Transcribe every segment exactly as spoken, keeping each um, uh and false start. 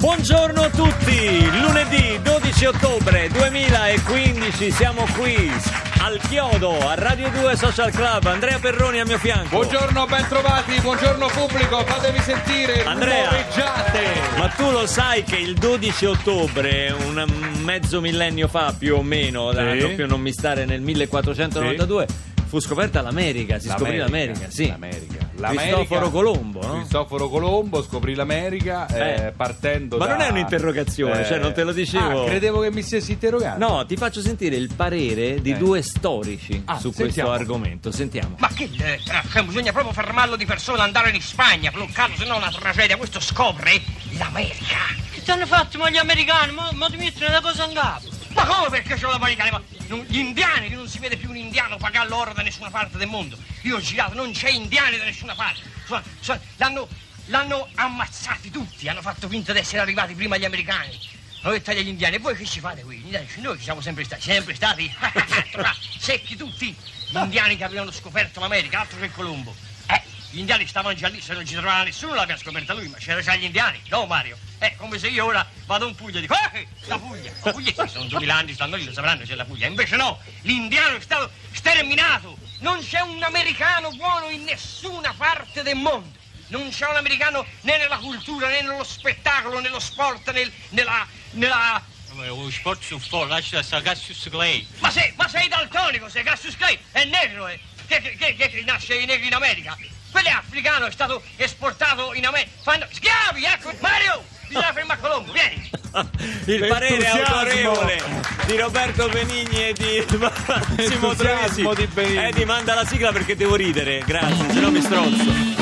Buongiorno a tutti, lunedì dodici ottobre duemilaquindici, siamo qui al chiodo a Radio due Social Club. Andrea Perroni al mio fianco. Buongiorno, ben trovati, buongiorno pubblico, fatevi sentire, Andrea, rumoreggiate. Ma tu lo sai che il dodici ottobre, un mezzo millennio fa più o meno, Sì. da doppio non mi stare, nel millequattrocentonovantadue, sì, fu scoperta l'America, si scoprì l'America, sì. L'America. Cristoforo Colombo, no? Cristoforo Colombo scoprì l'America eh, Eh. partendo Ma da... non è un'interrogazione, cioè non te lo dicevo. Ah, credevo che mi stessi interrogando. No, ti faccio sentire il parere di Eh. due storici Ah, su sentiamo. questo argomento. Sentiamo. Ma che eh, eh, bisogna proprio fermarlo di persona, andare in Spagna, bloccarlo, se no è una tragedia. Questo scopre l'America. Che ti hanno fatto ma gli americani? Ma, ma ti mettono una cosa in capo? Ma come perché sono americani? Ma non- gli indiani, che non si vede più un indiano pagare l'oro da nessuna parte del mondo. Io ho girato, non c'è indiani da nessuna parte. Sono- sono- l'hanno, l'hanno ammazzati tutti, hanno fatto finta di essere arrivati prima gli americani. Hanno detto agli indiani, e voi che ci fate qui? Gli indiani, noi ci siamo sempre stati, sempre stati secchi tutti. Gli indiani che avevano scoperto l'America, altro che Colombo. Eh, gli indiani stavano già lì, se non ci trovava nessuno l'aveva scoperta lui, ma c'era già gli indiani, no Mario? È come se io ora vado in Puglia e dico, eh, la Puglia, la Puglia, sì, sono duemila anni, stanno lì, lo sapranno, c'è la Puglia. Invece no, l'indiano è stato sterminato, non c'è un americano buono in nessuna parte del mondo. Non c'è un americano né nella cultura, né nello spettacolo, nello sport, nel, nella... nella... Lo sport su fuori, lascia sta Cassius Clay. Ma sei, ma sei daltonico, sei Cassius Clay, è negro, eh. Che, che, che, che nasce i negri in America? Quello è africano, è stato esportato in America. Fanno schiavi, ecco, Mario! Bisogna fermare Colombo, vieni! Il parere Entusiasmo. autorevole di Roberto Benigni e di Massimo Troisi. Entusiasmo di Benigni. Eh, ti manda la sigla perché devo ridere, grazie, se no mi strozzo.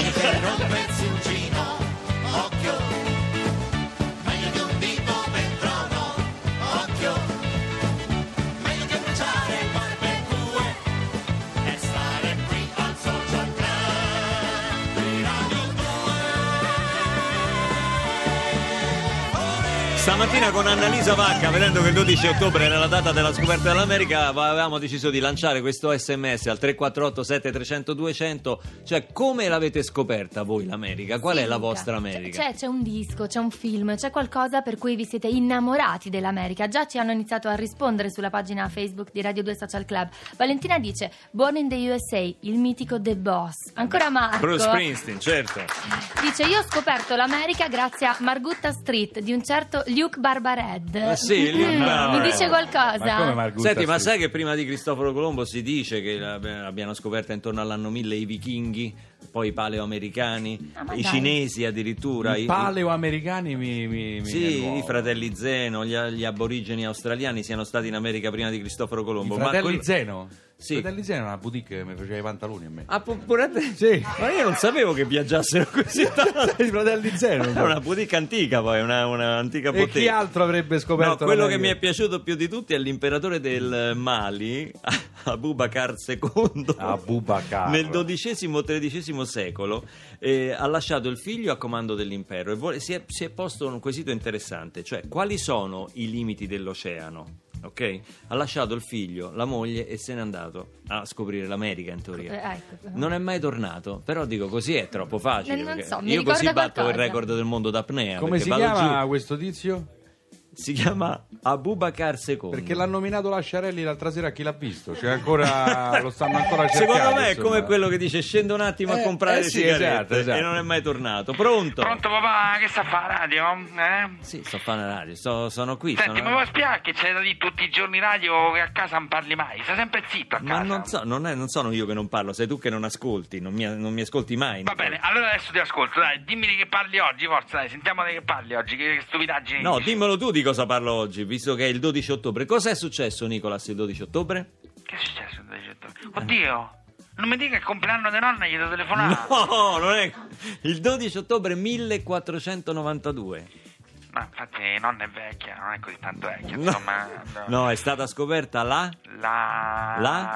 Stamattina con Annalisa Vacca, vedendo che il dodici ottobre era la data della scoperta dell'America, avevamo deciso di lanciare questo sms al tre quattro otto sette tre zero zero due zero zero. Cioè, come l'avete scoperta voi l'America? Qual Sì, è la Luca. vostra America? C'è, c'è un disco, c'è un film, c'è qualcosa per cui vi siete innamorati dell'America. Già ci hanno iniziato a rispondere sulla pagina Facebook di Radio due Social Club. Valentina dice: Born in the U S A, il mitico The Boss. Ancora Marco Bruce Springsteen, certo. dice: io ho scoperto l'America grazie a Margutta Street di un certo Luke Barbared. Ah, sì, Luke Mm, Barbared. mi dice qualcosa? Ma come Margutta Senti, ma Street? sai che prima di Cristoforo Colombo si dice che l'abbiano scoperta intorno all'anno mille i vichinghi, poi i paleoamericani, Ah, ma i dai. cinesi addirittura. I i- paleoamericani mi, mi, mi Sì, è nuovo. i fratelli Zeno, gli, gli aborigeni australiani siano stati in America prima di Cristoforo Colombo. I Ma fratelli quello- Zeno? Sì. I fratelli Zeno è una boutique che mi faceva i pantaloni a me. Ah, pu- pure a te? Sì. Ma io non sapevo che viaggiassero così tanto. I fratelli Zeno. È una boutique antica poi, una, una antica E bottega. chi altro avrebbe No, scoperto quello che l'America? mi è piaciuto più di tutti è l'imperatore del Mali, Abubakar secondo, Abubakar. nel dodicesimo tredicesimo secolo, eh, ha lasciato il figlio a comando dell'impero e vuole- si, è, si è posto un quesito interessante, cioè quali sono i limiti dell'oceano? Ok? Ha lasciato il figlio, la moglie e se n'è andato a scoprire l'America in teoria. Eh, ecco. Non è mai tornato, però dico così è troppo facile. Eh, non perché so, mi io così ricorda batto il qualcosa. record del mondo d'apnea. Come perché si vado chiama giù. questo tizio? Si chiama Abubakar secondo. Perché l'ha nominato Lasciarelli l'altra sera, chi l'ha visto? Cioè ancora lo stanno ancora cercando. Secondo me è insomma. come quello che dice scendo un attimo a Eh, comprare eh le sì, sigarette esatto, esatto. e non è mai tornato. Pronto? Pronto papà, che sta a fare radio? Eh? Sì, sto facendo la radio, sto- sono qui. Senti, sono- mi vuoi spiegare che c'è da dire tutti i giorni radio che a casa non parli mai? Stai sempre zitto a casa. Ma non, so, non, è- non sono io che non parlo, sei tu che non ascolti, non mi, non mi ascolti mai. Va bene, allora adesso ti ascolto, dai, dimmi di che parli oggi, forza, dai, sentiamo di che parli oggi, che, che stupidaggini No, dici. dimmelo tu di cosa parlo oggi, visto che è il dodici ottobre. Cosa è successo, Nicolas, il dodici ottobre? Che è successo il dodici ottobre? Oddio, non mi dica che è il compleanno di nonna, gli devo telefonare. No, non è il dodici ottobre millequattrocentonovantadue. No, infatti nonna è vecchia, non è così tanto vecchia, No. insomma. No, è stata scoperta la La... La?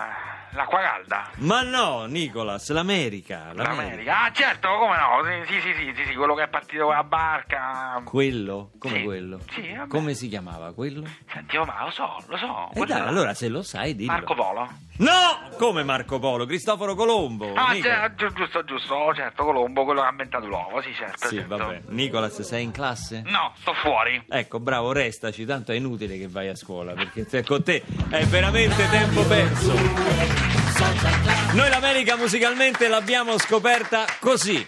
l'acqua calda. Ma no, Nicolas, l'America, l'America. L'America. Ah, certo, come no? Sì, sì, sì, sì, sì, quello che è partito con la barca. Quello? Come Sì, quello? sì, vabbè. Come si chiamava quello? Senti, oh, ma lo so, lo so. E quello dai, là. allora se lo sai dillo. Marco Polo. No! Come Marco Polo? Cristoforo Colombo. Ah, Nicolas. cioè, giu- giusto, giusto, oh, certo, Colombo, quello che ha inventato l'uovo, sì, certo. Sì, certo. vabbè. Nicolas, sei in classe? No, sto fuori. Ecco, bravo, restaci, tanto è inutile che vai a scuola, perché se con te è veramente tempo perso. Noi l'America musicalmente l'abbiamo scoperta così.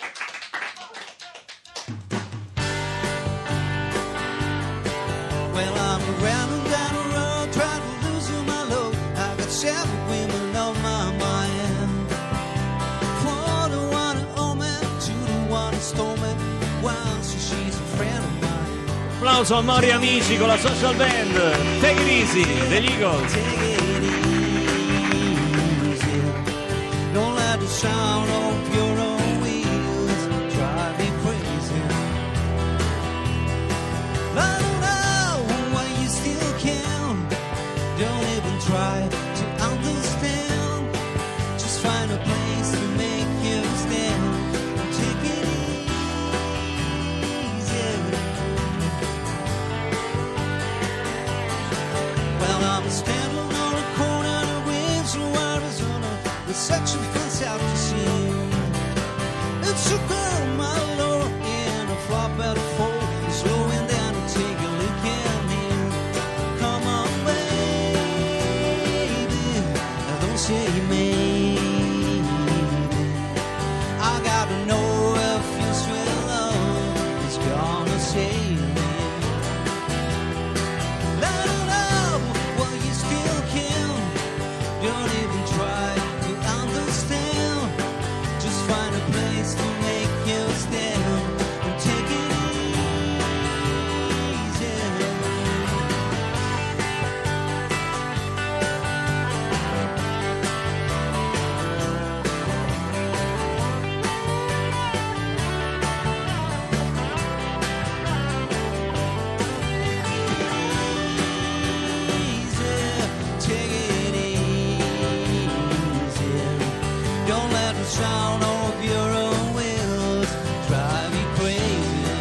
Well, I'm around and down the road trying to lose my load. I got seven women on my mind. For the one who owe me, to the one who stole me. Well, so she's a friend of mine. Applauso a Mori Amici con la social band. Take it easy, degli Eagles. Take it easy. Don't let the sound of your own wheels drive me crazy. I don't know why you still can. Don't even try to understand. Just find a place to make you stand. Take it easy. Well, I'm standing on a corner of Winslow, Arizona, with such a fence out to sea. It's a girl, my lord, in a flop at a fold, slowing down to take a look at me. Come on, baby, don't say maybe. I gotta know if your sweet love is gonna save me. Let it up while you still can. Don't even try to understand. Just find a place to make you stand and take it easy. Take it easy. Don't let the sound of your own wheels drive you crazy.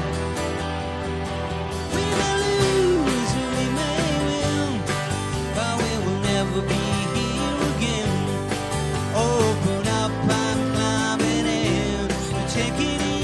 We may lose and we may win, but we will never be here again. Open up and climb it in. Take it easy.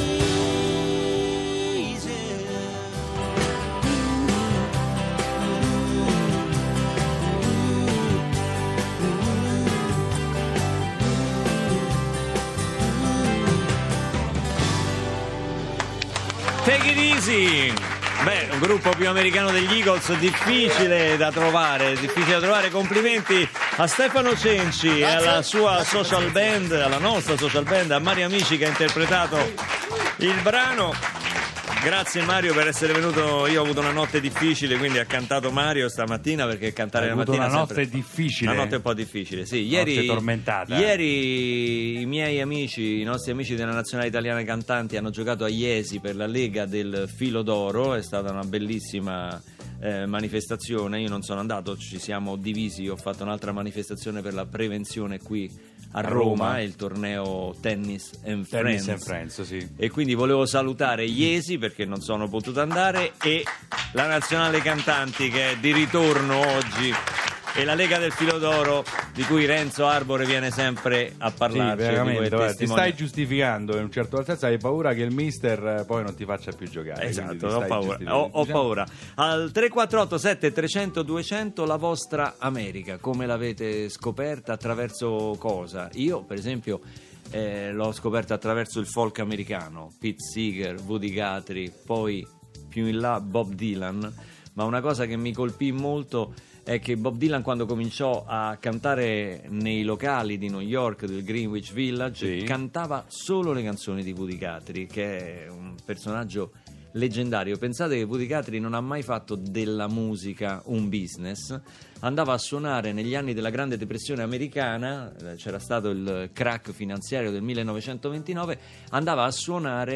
Take it easy. Beh, un gruppo più americano degli Eagles, difficile da trovare, difficile da trovare. Complimenti a Stefano Cenci e alla sua social band, alla nostra social band, a Mario Amici che ha interpretato il brano. Grazie Mario per essere venuto. Io ho avuto una notte difficile, quindi ha cantato Mario stamattina, perché cantare Hai la avuto mattina una è sempre- notte difficile. Una notte un po' difficile, sì. Ieri, Notte tormentata. Ieri i miei amici, i nostri amici della Nazionale Italiana Cantanti hanno giocato a Iesi per la Lega del Filo d'Oro. È stata una bellissima eh, manifestazione. Io non sono andato, ci siamo divisi. Ho fatto un'altra manifestazione per la prevenzione qui a A Roma, Roma. il torneo Tennis and Tennis Friends. and Friends, sì. E quindi volevo salutare Iesi perché non sono potuto andare, e la Nazionale Cantanti che è di ritorno oggi, e la Lega del Filo d'Oro di cui Renzo Arbore viene sempre a Sì, parlarci. veramente, di quel guarda, ti testimone. stai giustificando in un certo senso, hai paura che il mister eh, poi non ti faccia più giocare. quindi Esatto, ti ho stai paura. giustificando. Ho, ho Diciamo- paura. Al tre quattro otto sette trecento duecento la vostra America, come l'avete scoperta, attraverso cosa? Io, per esempio, eh, l'ho scoperta attraverso il folk americano, Pete Seeger, Woody Guthrie, poi più in là Bob Dylan, ma una cosa che mi colpì molto è che Bob Dylan, quando cominciò a cantare nei locali di New York del Greenwich Village, Sì. cantava solo le canzoni di Woody Guthrie, che è un personaggio leggendario. Pensate che Woody Guthrie non ha mai fatto della musica un business, andava a suonare negli anni della Grande Depressione americana, eh, c'era stato il crack finanziario del millenovecentoventinove, andava a suonare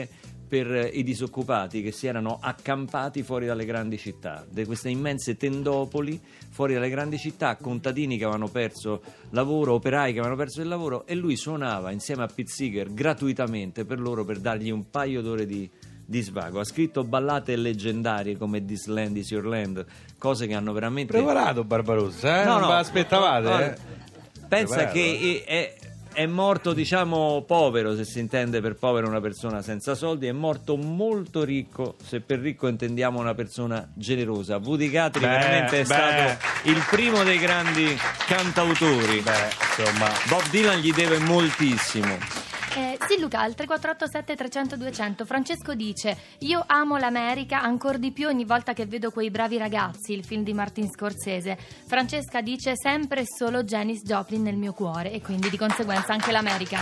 per i disoccupati che si erano accampati fuori dalle grandi città, di queste immense tendopoli fuori dalle grandi città, contadini che avevano perso lavoro, operai che avevano perso il lavoro, e lui suonava insieme a Pete Seeger gratuitamente per loro, per dargli un paio d'ore di, di svago. Ha scritto ballate leggendarie come This Land Is Your Land, cose che hanno veramente Preparato Barbarossa, eh? No, non no, ve l'aspettavate, no, no, eh? pensa Preparato, che è, è morto, diciamo, povero, se si intende per povero una persona senza soldi, è morto molto ricco, se per ricco intendiamo una persona generosa. Woody Guthrie Beh, veramente è beh. stato il primo dei grandi cantautori. Beh, insomma, Bob Dylan gli deve moltissimo. Eh, sì, Luca, al tre quattro otto sette trecento duecento Francesco dice: io amo l'America ancora di più ogni volta che vedo Quei bravi ragazzi, il film di Martin Scorsese. Francesca dice: sempre e solo Janis Joplin nel mio cuore, e quindi di conseguenza anche l'America.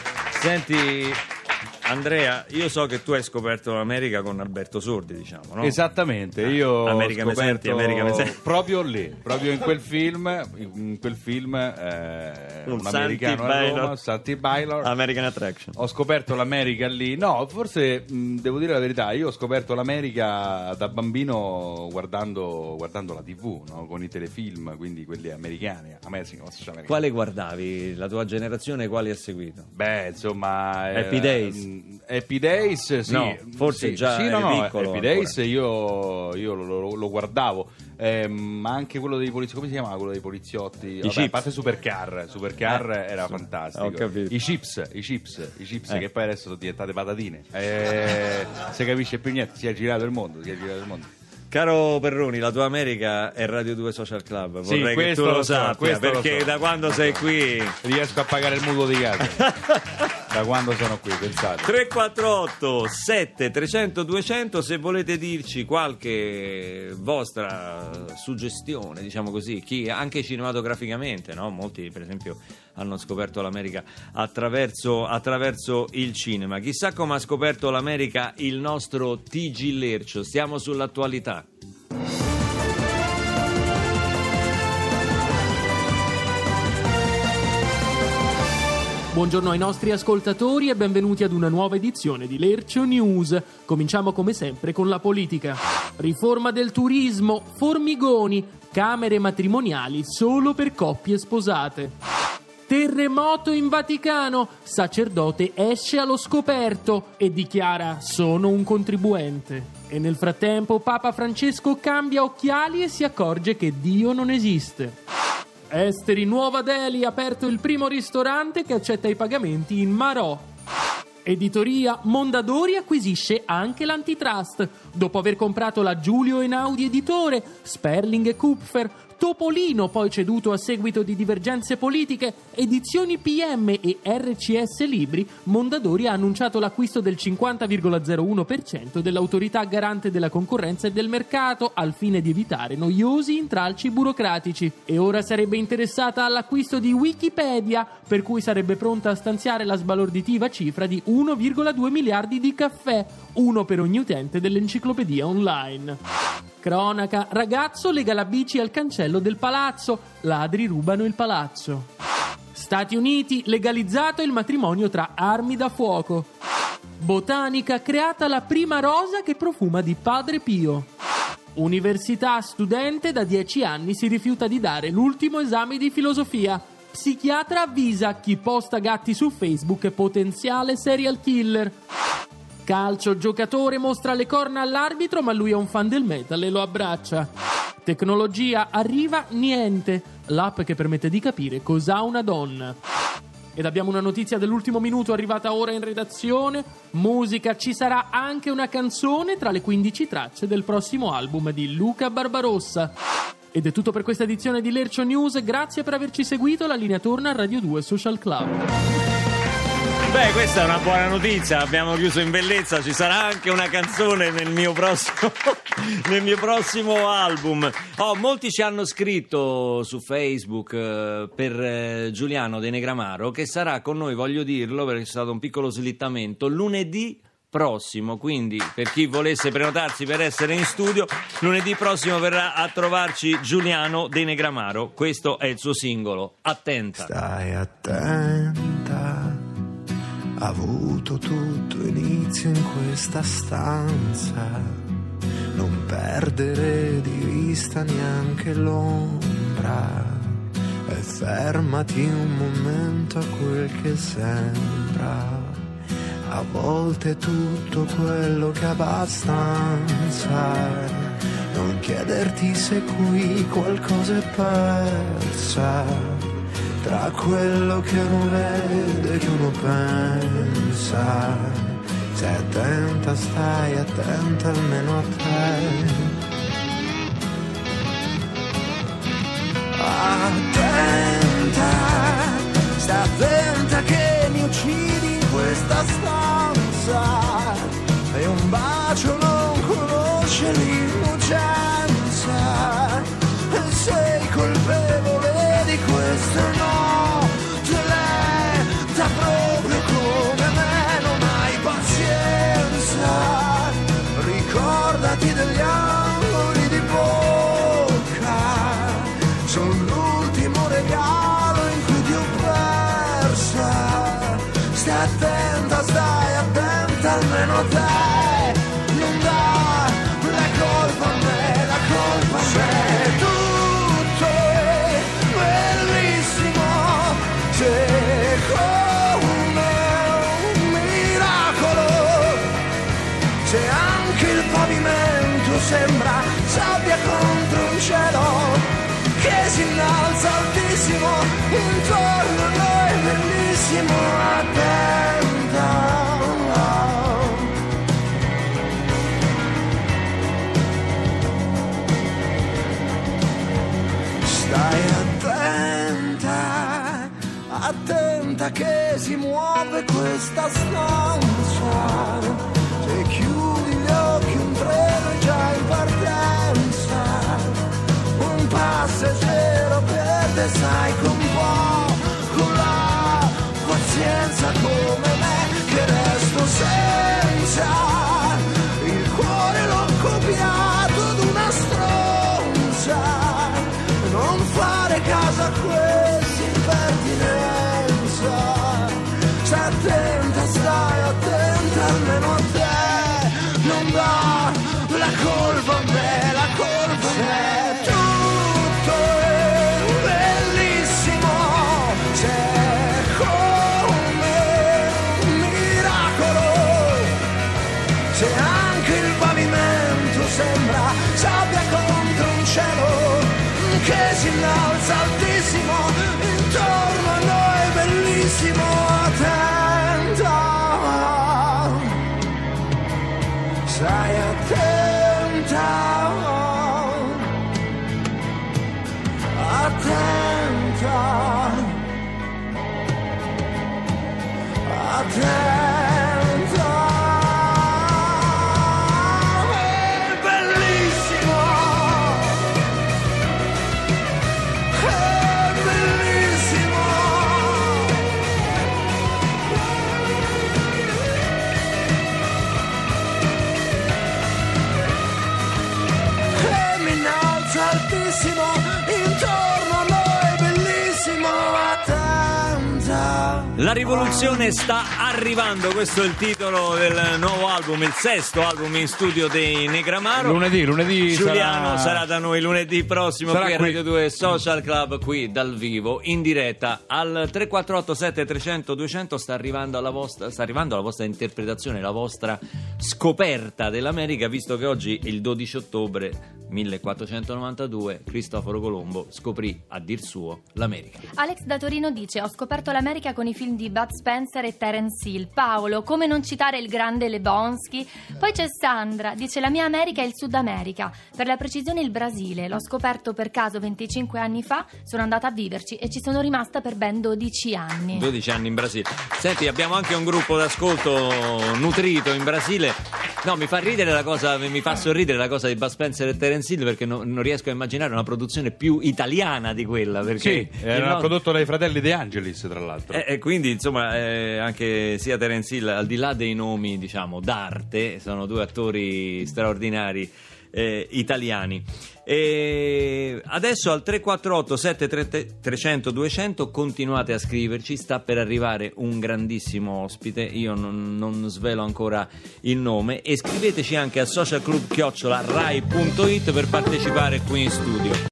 Senti, Andrea, io so che tu hai scoperto l'America con Alberto Sordi, diciamo, no? esattamente, io America ho me scoperto senti, America me senti. proprio lì, proprio in quel film, in quel film eh, Un un americano Santi a Baylor. Roma, Santi Baylor. American Attraction. Ho scoperto l'America lì. No, forse mh, devo dire la verità, io ho scoperto l'America da bambino guardando, guardando la tivù, no? Con i telefilm, quindi quelli americani. American, americani. Quale guardavi? La tua generazione quali ha seguito? Beh, insomma, eh, Happy Days. mh, Happy Days, sì. No, forse sì, già sì, eri no, no, piccolo Happy ancora. Days io, io lo, lo- lo guardavo, eh, ma anche quello dei poliziotti, come si chiamava quello dei poliziotti? Vabbè, a Chips. parte Supercar, Supercar Eh, era sì, fantastico. ho capito. I chips, i chips, i chips Eh. che poi adesso sono diventate patatine. Eh, si capisce più niente, si è girato il mondo, si è girato il mondo. Caro Perroni, la tua America è Radio due Social Club. Sì, Vorrei che questo tu lo lo so, sappia, questo lo perché so. da quando sei qui... Riesco a pagare il mutuo di casa. Da quando sono qui, pensate. tre quattro otto sette trecento duecento, se volete dirci qualche vostra suggestione, diciamo così, chi anche cinematograficamente, no? Molti per esempio hanno scoperto l'America attraverso, attraverso il cinema. Chissà come ha scoperto l'America il nostro T G Lercio. Stiamo sull'attualità. Buongiorno ai nostri ascoltatori e benvenuti ad una nuova edizione di Lercio News. Cominciamo come sempre con la politica. Riforma del turismo, formigoni, camere matrimoniali solo per coppie sposate. Terremoto in Vaticano, sacerdote esce allo scoperto e dichiara: sono un contribuente. E nel frattempo Papa Francesco cambia occhiali e si accorge che Dio non esiste. Esteri, Nuova Delhi, aperto il primo ristorante che accetta i pagamenti in Marò. Editoria, Mondadori acquisisce anche l'antitrust. Dopo aver comprato la Giulio Einaudi Editore, Sperling e Kupfer, Topolino, poi ceduto a seguito di divergenze politiche, Edizioni P M e R C S Libri, Mondadori ha annunciato l'acquisto del cinquanta virgola zero uno per cento dell'autorità garante della concorrenza e del mercato al fine di evitare noiosi intralci burocratici. E ora sarebbe interessata all'acquisto di Wikipedia, per cui sarebbe pronta a stanziare la sbalorditiva cifra di uno virgola due miliardi di caffè, uno per ogni utente dell'enciclopedia online. Cronaca, ragazzo lega la bici al cancello del palazzo, ladri rubano il palazzo. Stati Uniti, legalizzato il matrimonio tra armi da fuoco. Botanica, creata la prima rosa che profuma di Padre Pio. Università, studente da dieci anni si rifiuta di dare l'ultimo esame di filosofia. Psichiatra avvisa: chi posta gatti su Facebook è potenziale serial killer. Calcio, giocatore mostra le corna all'arbitro ma lui è un fan del metal e lo abbraccia. Tecnologia, arriva niente, l'app che permette di capire cos'ha una donna. Ed abbiamo una notizia dell'ultimo minuto arrivata ora in redazione. Musica, ci sarà anche una canzone tra le quindici tracce del prossimo album di Luca Barbarossa. Ed è tutto per questa edizione di Lercio News, grazie per averci seguito, la linea torna a Radio due Social Club. Beh, questa è una buona notizia, abbiamo chiuso in bellezza, ci sarà anche una canzone nel mio prossimo, nel mio prossimo album. Oh, molti ci hanno scritto su Facebook eh, per eh, Giuliano De Negramaro, che sarà con noi, voglio dirlo perché c'è stato un piccolo slittamento, lunedì prossimo, quindi per chi volesse prenotarsi per essere in studio, lunedì prossimo verrà a trovarci Giuliano De Negramaro. Questo è il suo singolo, Attenta. Stai attenta, ha avuto tutto inizio in questa stanza. Non perdere di vista neanche l'ombra e fermati un momento a quel che sembra. A volte è tutto quello che è abbastanza. Non chiederti se qui qualcosa è persa, tra quello che uno vede e che uno pensa. Stai attenta, stai attenta almeno a te. Attenta, stai attenta che mi uccidi in questa stanza. E un bacio non conosce l'innocenza. E sei colpevole di questo no. Te lenta proprio come me, non hai pazienza. Ricordati degli angoli di bocca, sono l'ultimo regalo in cui ti ho persa. Stai attenta, stai attenta almeno a te. Non dà la colpa a me, la colpa a me. Tutto è bellissimo, c'è come un miracolo. C'è anche il pavimento, sembra sabbia contro un cielo che si innalza altissimo, intorno a noi è bellissimo. Attenta, stai attenta, attenta che si muove questa stanza. Se chiudi gli occhi un treno è già in partenza. Un passeggero perde, sai, con po' con la pazienza come me che resto senza. Il cuore l'ho copiato ad una stronza. Non fare caso a questa impertinenza. Stai attenta, stai attenta almeno a te. Non dà la colpa a me, la colpa a me. Tutto è bellissimo, c'è come un miracolo. C'è anche il pavimento, sembra sabbia contro un cielo che si innalza altissimo, intorno a noi è bellissimo. Attenta, stai attenta, attenta, attenta. Intorno a noi è bellissimo. Attenta. La rivoluzione sta arrivando, questo è il titolo del nuovo album, il sesto album in studio dei Negramaro. Lunedì, lunedì Giuliano sarà... sarà da noi lunedì prossimo sarà qui a qui. Radio due Social Club, qui dal vivo, in diretta al tre quattro otto sette trecento duecento. Sta arrivando alla vostra, sta arrivando la vostra interpretazione, la vostra scoperta dell'America, visto che oggi è il dodici ottobre millequattrocentonovantadue, Cristoforo Colombo scoprì a dir suo l'America. Alex da Torino dice: ho scoperto l'America con i film di Bud Spencer e Terence Hill. Paolo, come non citare il grande Lebowski? Poi c'è Sandra, dice: la mia America è il Sud America, per la precisione il Brasile. L'ho scoperto per caso venticinque anni fa, sono andata a viverci e ci sono rimasta per ben dodici anni. dodici anni in Brasile. Senti, abbiamo anche un gruppo d'ascolto nutrito in Brasile. No, mi fa ridere la cosa, mi fa sorridere la cosa di Bud Spencer e Terence Hill, perché no, non riesco a immaginare una produzione più italiana di quella. Perché Sì, era no... prodotto dai fratelli De Angelis, tra l'altro. E, e quindi, insomma, eh, anche sia Terence Hill, al di là dei nomi, diciamo, d'arte, sono due attori straordinari eh, italiani. E adesso al tre quattro otto sette tre zero zero duecento continuate a scriverci, sta per arrivare un grandissimo ospite, io non, non svelo ancora il nome, e scriveteci anche a socialclub chiocciola rai punto it per partecipare qui in studio.